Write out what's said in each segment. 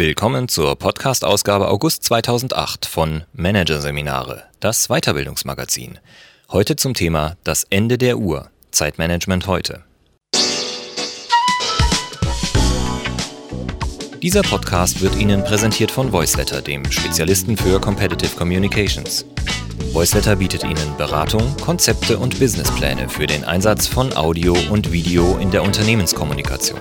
Willkommen zur Podcast-Ausgabe August 2008 von Managerseminare, das Weiterbildungsmagazin. Heute zum Thema Das Ende der Uhr, Zeitmanagement heute. Dieser Podcast wird Ihnen präsentiert von Voiceletter, dem Spezialisten für Competitive Communications. Voiceletter bietet Ihnen Beratung, Konzepte und Businesspläne für den Einsatz von Audio und Video in der Unternehmenskommunikation.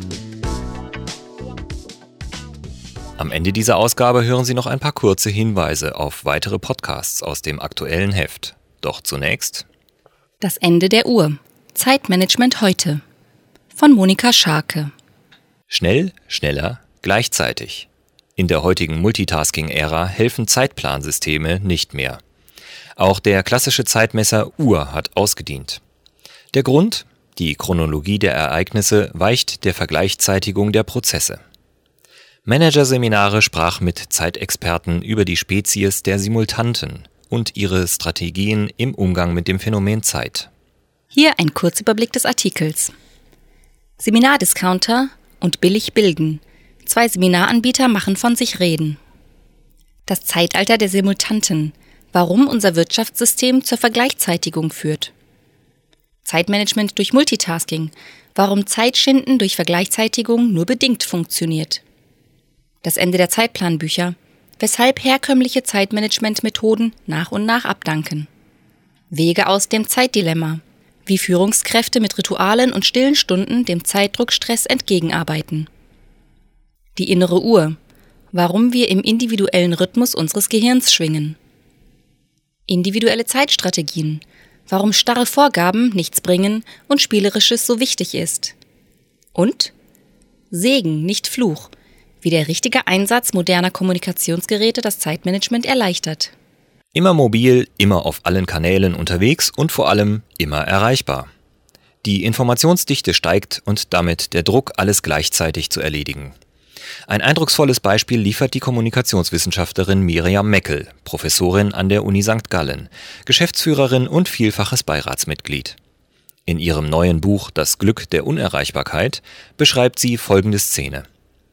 Am Ende dieser Ausgabe hören Sie noch ein paar kurze Hinweise auf weitere Podcasts aus dem aktuellen Heft. Doch zunächst Das Ende der Uhr. Zeitmanagement heute. Von Monika Scharke. Schnell, schneller, gleichzeitig. In der heutigen Multitasking-Ära helfen Zeitplansysteme nicht mehr. Auch der klassische Zeitmesser Uhr hat ausgedient. Der Grund? Die Chronologie der Ereignisse weicht der Vergleichzeitigung der Prozesse. Managerseminare sprach mit Zeitexperten über die Spezies der Simultanten und ihre Strategien im Umgang mit dem Phänomen Zeit. Hier ein Kurzüberblick des Artikels. Seminardiscounter und billig bilden. 2 Seminaranbieter machen von sich reden. Das Zeitalter der Simultanten. Warum unser Wirtschaftssystem zur Vergleichzeitigung führt. Zeitmanagement durch Multitasking. Warum Zeitschinden durch Vergleichzeitigung nur bedingt funktioniert. Das Ende der Zeitplanbücher. Weshalb herkömmliche Zeitmanagementmethoden nach und nach abdanken. Wege aus dem Zeitdilemma. Wie Führungskräfte mit Ritualen und stillen Stunden dem Zeitdruckstress entgegenarbeiten. Die innere Uhr. Warum wir im individuellen Rhythmus unseres Gehirns schwingen. Individuelle Zeitstrategien. Warum starre Vorgaben nichts bringen und Spielerisches so wichtig ist. Und Segen, nicht Fluch. Wie der richtige Einsatz moderner Kommunikationsgeräte das Zeitmanagement erleichtert. Immer mobil, immer auf allen Kanälen unterwegs und vor allem immer erreichbar. Die Informationsdichte steigt und damit der Druck, alles gleichzeitig zu erledigen. Ein eindrucksvolles Beispiel liefert die Kommunikationswissenschaftlerin Miriam Meckel, Professorin an der Uni St. Gallen, Geschäftsführerin und vielfaches Beiratsmitglied. In ihrem neuen Buch Das Glück der Unerreichbarkeit beschreibt sie folgende Szene.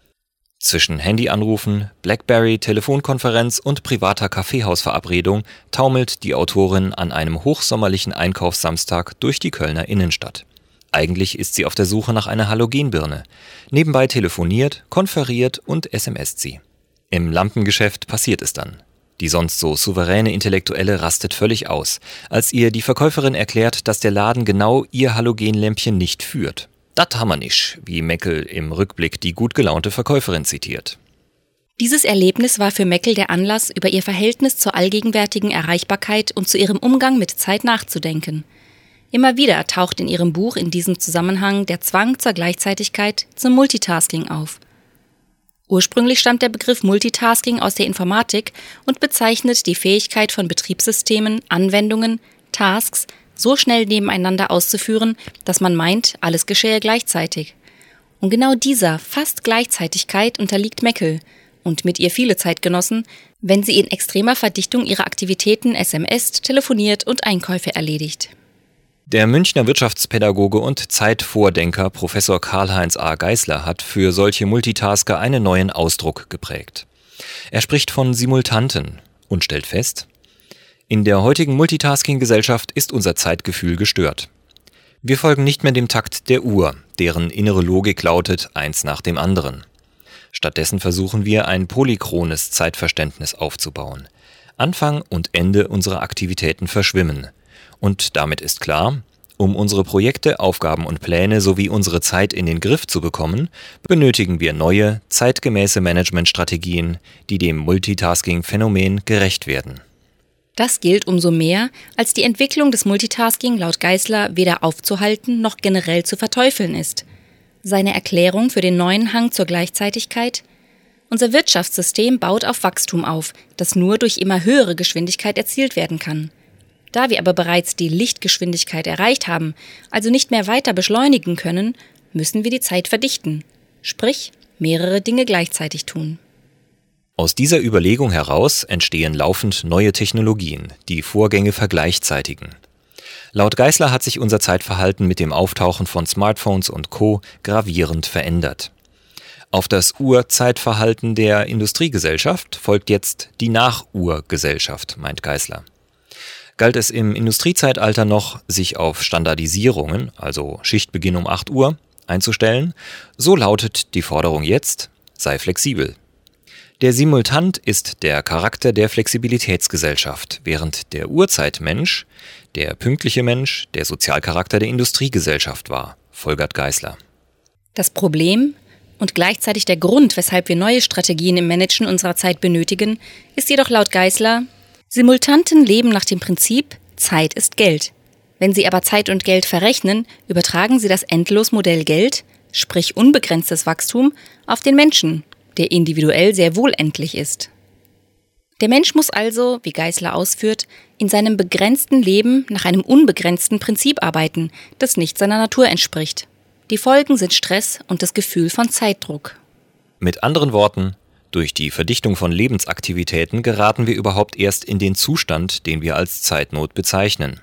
Zwischen Handyanrufen, Blackberry-Telefonkonferenz und privater Kaffeehausverabredung taumelt die Autorin an einem hochsommerlichen Einkaufssamstag durch die Kölner Innenstadt. Eigentlich ist sie auf der Suche nach einer Halogenbirne. Nebenbei telefoniert, konferiert und SMS't sie. Im Lampengeschäft passiert es dann. Die sonst so souveräne Intellektuelle rastet völlig aus, als ihr die Verkäuferin erklärt, dass der Laden genau ihr Halogenlämpchen nicht führt. Dat haben wir nicht, wie Meckel im Rückblick die gut gelaunte Verkäuferin zitiert. Dieses Erlebnis war für Meckel der Anlass, über ihr Verhältnis zur allgegenwärtigen Erreichbarkeit und zu ihrem Umgang mit Zeit nachzudenken. Immer wieder taucht in ihrem Buch in diesem Zusammenhang der Zwang zur Gleichzeitigkeit, zum Multitasking auf. Ursprünglich stammt der Begriff Multitasking aus der Informatik und bezeichnet die Fähigkeit von Betriebssystemen, Anwendungen, Tasks, so schnell nebeneinander auszuführen, dass man meint, alles geschehe gleichzeitig. Und genau dieser Fast-Gleichzeitigkeit unterliegt Meckel und mit ihr viele Zeitgenossen, wenn sie in extremer Verdichtung ihre Aktivitäten SMS't, telefoniert und Einkäufe erledigt. Der Münchner Wirtschaftspädagoge und Zeitvordenker Professor Karl-Heinz A. Geisler hat für solche Multitasker einen neuen Ausdruck geprägt. Er spricht von Simultanten und stellt fest: In der heutigen Multitasking-Gesellschaft ist unser Zeitgefühl gestört. Wir folgen nicht mehr dem Takt der Uhr, deren innere Logik lautet, eins nach dem anderen. Stattdessen versuchen wir, ein polychrones Zeitverständnis aufzubauen. Anfang und Ende unserer Aktivitäten verschwimmen. Und damit ist klar, um unsere Projekte, Aufgaben und Pläne sowie unsere Zeit in den Griff zu bekommen, benötigen wir neue, zeitgemäße Managementstrategien, die dem Multitasking-Phänomen gerecht werden. Das gilt umso mehr, als die Entwicklung des Multitasking laut Geisler weder aufzuhalten noch generell zu verteufeln ist. Seine Erklärung für den neuen Hang zur Gleichzeitigkeit: Unser Wirtschaftssystem baut auf Wachstum auf, das nur durch immer höhere Geschwindigkeit erzielt werden kann. Da wir aber bereits die Lichtgeschwindigkeit erreicht haben, also nicht mehr weiter beschleunigen können, müssen wir die Zeit verdichten, sprich mehrere Dinge gleichzeitig tun. Aus dieser Überlegung heraus entstehen laufend neue Technologien, die Vorgänge vergleichzeitigen. Laut Geisler hat sich unser Zeitverhalten mit dem Auftauchen von Smartphones und Co. gravierend verändert. Auf das Urzeitverhalten der Industriegesellschaft folgt jetzt die Nachurgesellschaft, meint Geisler. Galt es im Industriezeitalter noch, sich auf Standardisierungen, also Schichtbeginn um 8 Uhr, einzustellen, so lautet die Forderung jetzt: sei flexibel. Der Simultant ist der Charakter der Flexibilitätsgesellschaft, während der Urzeitmensch, der pünktliche Mensch, der Sozialcharakter der Industriegesellschaft war, folgert Geisler. Das Problem und gleichzeitig der Grund, weshalb wir neue Strategien im Managen unserer Zeit benötigen, ist jedoch laut Geisler: Simultanten leben nach dem Prinzip Zeit ist Geld. Wenn sie aber Zeit und Geld verrechnen, übertragen sie das Endlosmodell Geld, sprich unbegrenztes Wachstum, auf den Menschen, der individuell sehr wohl endlich ist. Der Mensch muss also, wie Geisler ausführt, in seinem begrenzten Leben nach einem unbegrenzten Prinzip arbeiten, das nicht seiner Natur entspricht. Die Folgen sind Stress und das Gefühl von Zeitdruck. Mit anderen Worten, durch die Verdichtung von Lebensaktivitäten geraten wir überhaupt erst in den Zustand, den wir als Zeitnot bezeichnen.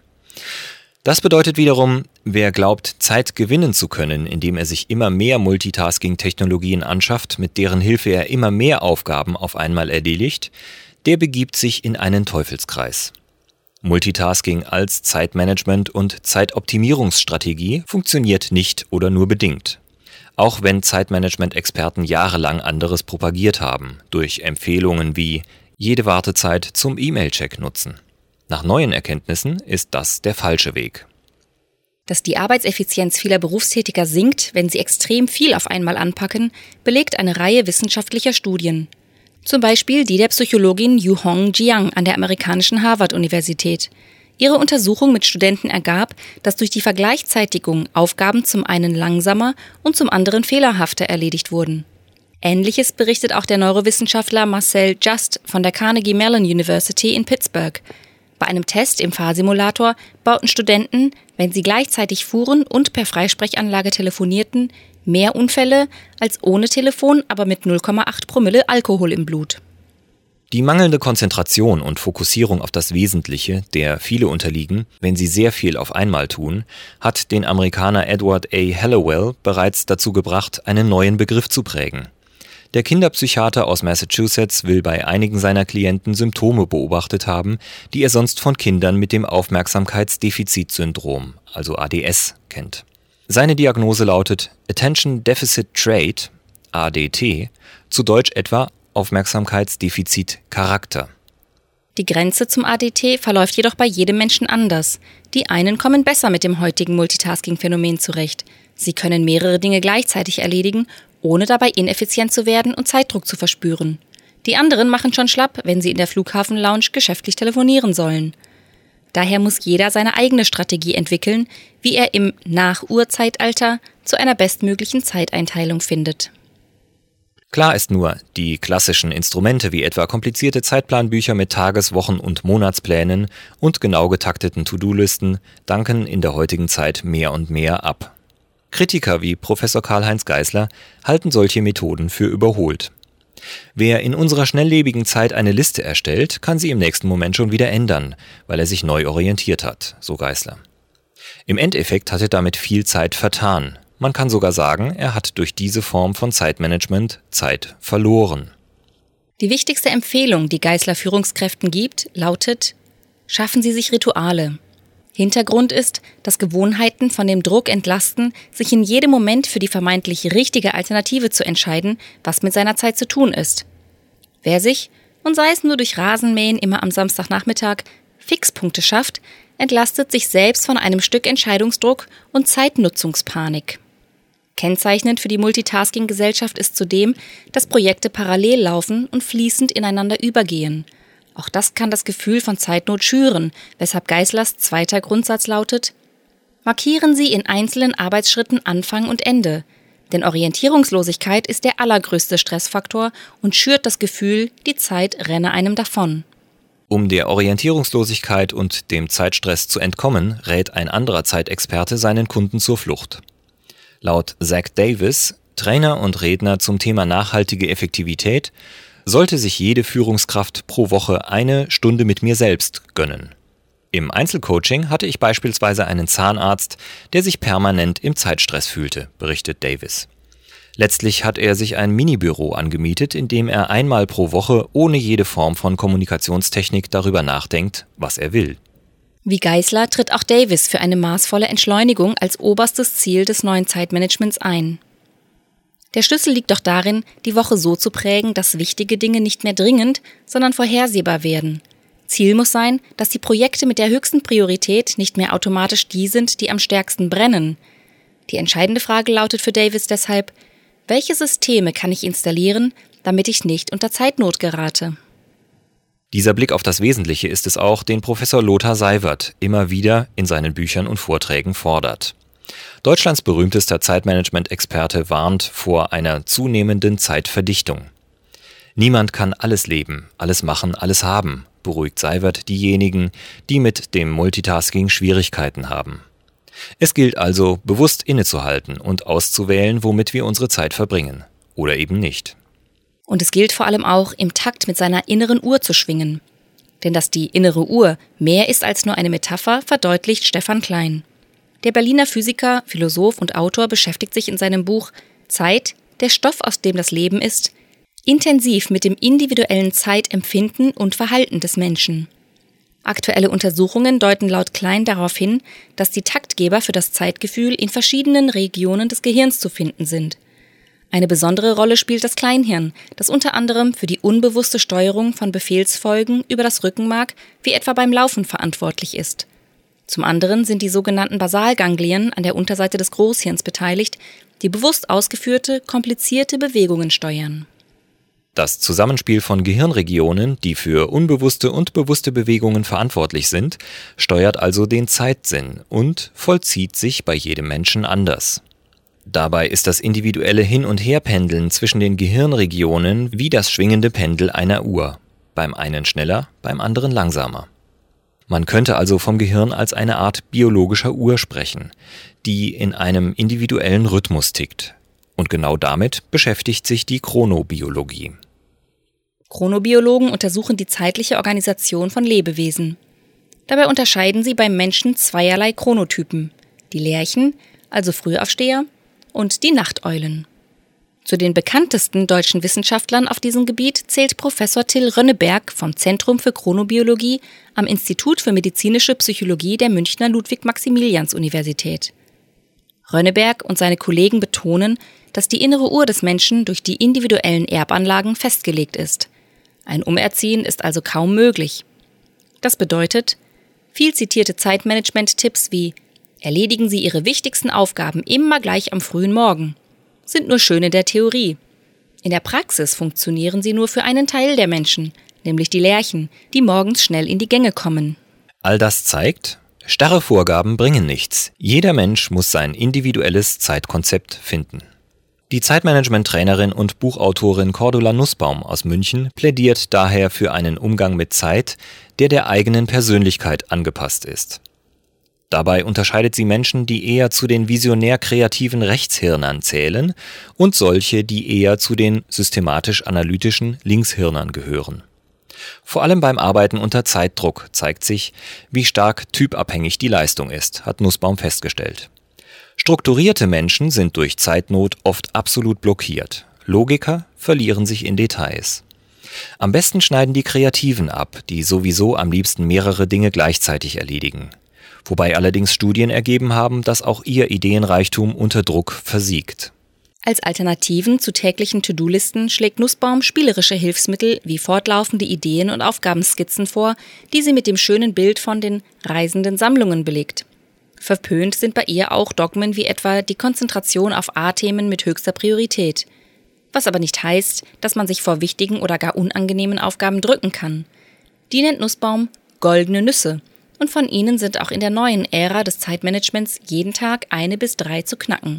Das bedeutet wiederum, wer glaubt, Zeit gewinnen zu können, indem er sich immer mehr Multitasking-Technologien anschafft, mit deren Hilfe er immer mehr Aufgaben auf einmal erledigt, der begibt sich in einen Teufelskreis. Multitasking als Zeitmanagement- und Zeitoptimierungsstrategie funktioniert nicht oder nur bedingt. Auch wenn Zeitmanagement-Experten jahrelang anderes propagiert haben, durch Empfehlungen wie jede Wartezeit zum E-Mail-Check nutzen. Nach neuen Erkenntnissen ist das der falsche Weg. Dass die Arbeitseffizienz vieler Berufstätiger sinkt, wenn sie extrem viel auf einmal anpacken, belegt eine Reihe wissenschaftlicher Studien. Zum Beispiel die der Psychologin Yu-Hong Jiang an der amerikanischen Harvard-Universität. Ihre Untersuchung mit Studenten ergab, dass durch die Vergleichzeitigung Aufgaben zum einen langsamer und zum anderen fehlerhafter erledigt wurden. Ähnliches berichtet auch der Neurowissenschaftler Marcel Just von der Carnegie Mellon University in Pittsburgh. Bei einem Test im Fahrsimulator bauten Studenten, wenn sie gleichzeitig fuhren und per Freisprechanlage telefonierten, mehr Unfälle als ohne Telefon, aber mit 0,8 Promille Alkohol im Blut. Die mangelnde Konzentration und Fokussierung auf das Wesentliche, der viele unterliegen, wenn sie sehr viel auf einmal tun, hat den Amerikaner Edward A. Hallowell bereits dazu gebracht, einen neuen Begriff zu prägen. Der Kinderpsychiater aus Massachusetts will bei einigen seiner Klienten Symptome beobachtet haben, die er sonst von Kindern mit dem Aufmerksamkeitsdefizitsyndrom, also ADS, kennt. Seine Diagnose lautet Attention Deficit Trait, ADT, zu Deutsch etwa Aufmerksamkeitsdefizitcharakter. Die Grenze zum ADT verläuft jedoch bei jedem Menschen anders. Die einen kommen besser mit dem heutigen Multitasking-Phänomen zurecht. Sie können mehrere Dinge gleichzeitig erledigen, ohne dabei ineffizient zu werden und Zeitdruck zu verspüren. Die anderen machen schon schlapp, wenn sie in der Flughafenlounge geschäftlich telefonieren sollen. Daher muss jeder seine eigene Strategie entwickeln, wie er im Nachurzeitalter zu einer bestmöglichen Zeiteinteilung findet. Klar ist nur, die klassischen Instrumente wie etwa komplizierte Zeitplanbücher mit Tages-, Wochen- und Monatsplänen und genau getakteten To-Do-Listen danken in der heutigen Zeit mehr und mehr ab. Kritiker wie Professor Karl-Heinz Geisler halten solche Methoden für überholt. Wer in unserer schnelllebigen Zeit eine Liste erstellt, kann sie im nächsten Moment schon wieder ändern, weil er sich neu orientiert hat, so Geisler. Im Endeffekt hat er damit viel Zeit vertan. Man kann sogar sagen, er hat durch diese Form von Zeitmanagement Zeit verloren. Die wichtigste Empfehlung, die Geisler Führungskräften gibt, lautet: Schaffen Sie sich Rituale. Hintergrund ist, dass Gewohnheiten von dem Druck entlasten, sich in jedem Moment für die vermeintlich richtige Alternative zu entscheiden, was mit seiner Zeit zu tun ist. Wer sich, und sei es nur durch Rasenmähen immer am Samstagnachmittag, Fixpunkte schafft, entlastet sich selbst von einem Stück Entscheidungsdruck und Zeitnutzungspanik. Kennzeichnend für die Multitasking-Gesellschaft ist zudem, dass Projekte parallel laufen und fließend ineinander übergehen. Auch das kann das Gefühl von Zeitnot schüren, weshalb Geislers zweiter Grundsatz lautet: Markieren Sie in einzelnen Arbeitsschritten Anfang und Ende, denn Orientierungslosigkeit ist der allergrößte Stressfaktor und schürt das Gefühl, die Zeit renne einem davon. Um der Orientierungslosigkeit und dem Zeitstress zu entkommen, rät ein anderer Zeitexperte seinen Kunden zur Flucht. Laut Zach Davis, Trainer und Redner zum Thema nachhaltige Effektivität, sollte sich jede Führungskraft pro Woche 1 Stunde mit mir selbst gönnen. Im Einzelcoaching hatte ich beispielsweise einen Zahnarzt, der sich permanent im Zeitstress fühlte, berichtet Davis. Letztlich hat er sich ein Minibüro angemietet, in dem er einmal pro Woche ohne jede Form von Kommunikationstechnik darüber nachdenkt, was er will. Wie Geisler tritt auch Davis für eine maßvolle Entschleunigung als oberstes Ziel des neuen Zeitmanagements ein. Der Schlüssel liegt doch darin, die Woche so zu prägen, dass wichtige Dinge nicht mehr dringend, sondern vorhersehbar werden. Ziel muss sein, dass die Projekte mit der höchsten Priorität nicht mehr automatisch die sind, die am stärksten brennen. Die entscheidende Frage lautet für Davis deshalb: Welche Systeme kann ich installieren, damit ich nicht unter Zeitnot gerate? Dieser Blick auf das Wesentliche ist es auch, den Professor Lothar Seiwert immer wieder in seinen Büchern und Vorträgen fordert. Deutschlands berühmtester Zeitmanagement-Experte warnt vor einer zunehmenden Zeitverdichtung. Niemand kann alles leben, alles machen, alles haben, beruhigt Seiwert diejenigen, die mit dem Multitasking Schwierigkeiten haben. Es gilt also, bewusst innezuhalten und auszuwählen, womit wir unsere Zeit verbringen. Oder eben nicht. Und es gilt vor allem auch, im Takt mit seiner inneren Uhr zu schwingen. Denn dass die innere Uhr mehr ist als nur eine Metapher, verdeutlicht Stefan Klein. Der Berliner Physiker, Philosoph und Autor beschäftigt sich in seinem Buch Zeit, der Stoff, aus dem das Leben ist, intensiv mit dem individuellen Zeitempfinden und Verhalten des Menschen. Aktuelle Untersuchungen deuten laut Klein darauf hin, dass die Taktgeber für das Zeitgefühl in verschiedenen Regionen des Gehirns zu finden sind. Eine besondere Rolle spielt das Kleinhirn, das unter anderem für die unbewusste Steuerung von Befehlsfolgen über das Rückenmark, wie etwa beim Laufen, verantwortlich ist. Zum anderen sind die sogenannten Basalganglien an der Unterseite des Großhirns beteiligt, die bewusst ausgeführte, komplizierte Bewegungen steuern. Das Zusammenspiel von Gehirnregionen, die für unbewusste und bewusste Bewegungen verantwortlich sind, steuert also den Zeitsinn und vollzieht sich bei jedem Menschen anders. Dabei ist das individuelle Hin- und Herpendeln zwischen den Gehirnregionen wie das schwingende Pendel einer Uhr, beim einen schneller, beim anderen langsamer. Man könnte also vom Gehirn als eine Art biologischer Uhr sprechen, die in einem individuellen Rhythmus tickt. Und genau damit beschäftigt sich die Chronobiologie. Chronobiologen untersuchen die zeitliche Organisation von Lebewesen. Dabei unterscheiden sie beim Menschen zweierlei Chronotypen: die Lerchen, also Frühaufsteher, und die Nachteulen. Zu den bekanntesten deutschen Wissenschaftlern auf diesem Gebiet zählt Professor Till Rönneberg vom Zentrum für Chronobiologie am Institut für medizinische Psychologie der Münchner Ludwig-Maximilians-Universität. Rönneberg und seine Kollegen betonen, dass die innere Uhr des Menschen durch die individuellen Erbanlagen festgelegt ist. Ein Umerziehen ist also kaum möglich. Das bedeutet, viel zitierte Zeitmanagement-Tipps wie „Erledigen Sie Ihre wichtigsten Aufgaben immer gleich am frühen Morgen“ sind nur schön in der Theorie. In der Praxis funktionieren sie nur für einen Teil der Menschen, nämlich die Lerchen, die morgens schnell in die Gänge kommen. All das zeigt, starre Vorgaben bringen nichts. Jeder Mensch muss sein individuelles Zeitkonzept finden. Die Zeitmanagement-Trainerin und Buchautorin Cordula Nussbaum aus München plädiert daher für einen Umgang mit Zeit, der der eigenen Persönlichkeit angepasst ist. Dabei unterscheidet sie Menschen, die eher zu den visionär-kreativen Rechtshirnern zählen und solche, die eher zu den systematisch-analytischen Linkshirnern gehören. Vor allem beim Arbeiten unter Zeitdruck zeigt sich, wie stark typabhängig die Leistung ist, hat Nussbaum festgestellt. Strukturierte Menschen sind durch Zeitnot oft absolut blockiert. Logiker verlieren sich in Details. Am besten schneiden die Kreativen ab, die sowieso am liebsten mehrere Dinge gleichzeitig erledigen. Wobei allerdings Studien ergeben haben, dass auch ihr Ideenreichtum unter Druck versiegt. Als Alternativen zu täglichen To-Do-Listen schlägt Nussbaum spielerische Hilfsmittel wie fortlaufende Ideen und Aufgabenskizzen vor, die sie mit dem schönen Bild von den reisenden Sammlungen belegt. Verpönt sind bei ihr auch Dogmen wie etwa die Konzentration auf A-Themen mit höchster Priorität. Was aber nicht heißt, dass man sich vor wichtigen oder gar unangenehmen Aufgaben drücken kann. Die nennt Nussbaum goldene Nüsse. Und von ihnen sind auch in der neuen Ära des Zeitmanagements jeden Tag 1 bis 3 zu knacken.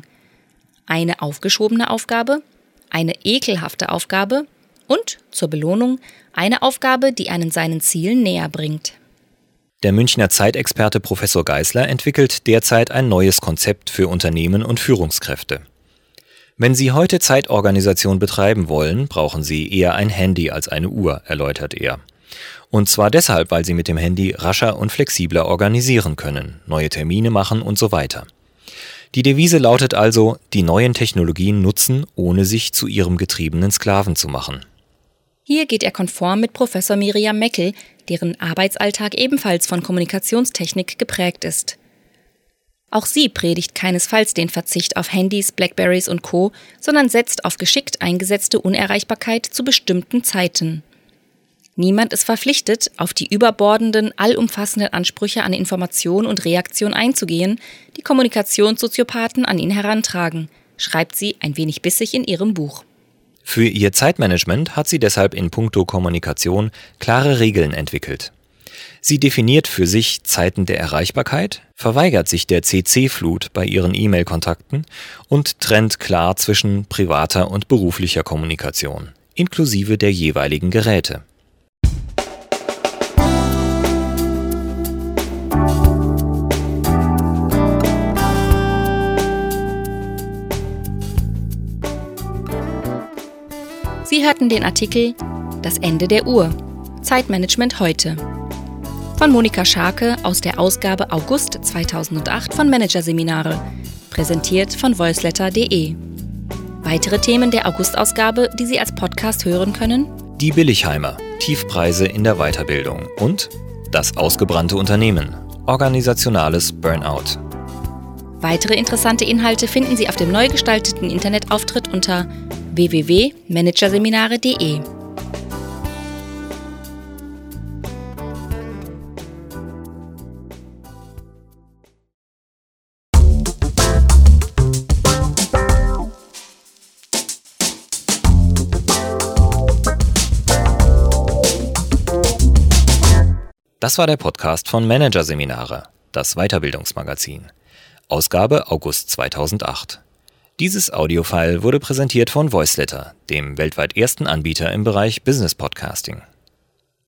Eine aufgeschobene Aufgabe, eine ekelhafte Aufgabe und, zur Belohnung, eine Aufgabe, die einen seinen Zielen näher bringt. Der Münchner Zeitexperte Professor Geisler entwickelt derzeit ein neues Konzept für Unternehmen und Führungskräfte. Wenn Sie heute Zeitorganisation betreiben wollen, brauchen Sie eher ein Handy als eine Uhr, erläutert er. Und zwar deshalb, weil Sie mit dem Handy rascher und flexibler organisieren können, neue Termine machen und so weiter. Die Devise lautet also, die neuen Technologien nutzen, ohne sich zu ihrem getriebenen Sklaven zu machen. Hier geht er konform mit Professor Miriam Meckel, deren Arbeitsalltag ebenfalls von Kommunikationstechnik geprägt ist. Auch sie predigt keinesfalls den Verzicht auf Handys, Blackberries und Co., sondern setzt auf geschickt eingesetzte Unerreichbarkeit zu bestimmten Zeiten. Niemand ist verpflichtet, auf die überbordenden, allumfassenden Ansprüche an Information und Reaktion einzugehen, die Kommunikationssoziopathen an ihn herantragen, schreibt sie ein wenig bissig in ihrem Buch. Für ihr Zeitmanagement hat sie deshalb in puncto Kommunikation klare Regeln entwickelt. Sie definiert für sich Zeiten der Erreichbarkeit, verweigert sich der CC-Flut bei ihren E-Mail-Kontakten und trennt klar zwischen privater und beruflicher Kommunikation, inklusive der jeweiligen Geräte. Sie hörten den Artikel Das Ende der Uhr. Zeitmanagement heute von Monika Scharke aus der Ausgabe August 2008 von Managerseminare, präsentiert von voiceletter.de. Weitere Themen der August-Ausgabe, die Sie als Podcast hören können: Die Billigheimer, Tiefpreise in der Weiterbildung und das ausgebrannte Unternehmen, organisationales Burnout. Weitere interessante Inhalte finden Sie auf dem neu gestalteten Internetauftritt unter www.managerseminare.de. Das war der Podcast von Managerseminare, das Weiterbildungsmagazin. Ausgabe August 2008. Dieses Audiofile wurde präsentiert von Voiceletter, dem weltweit ersten Anbieter im Bereich Business Podcasting.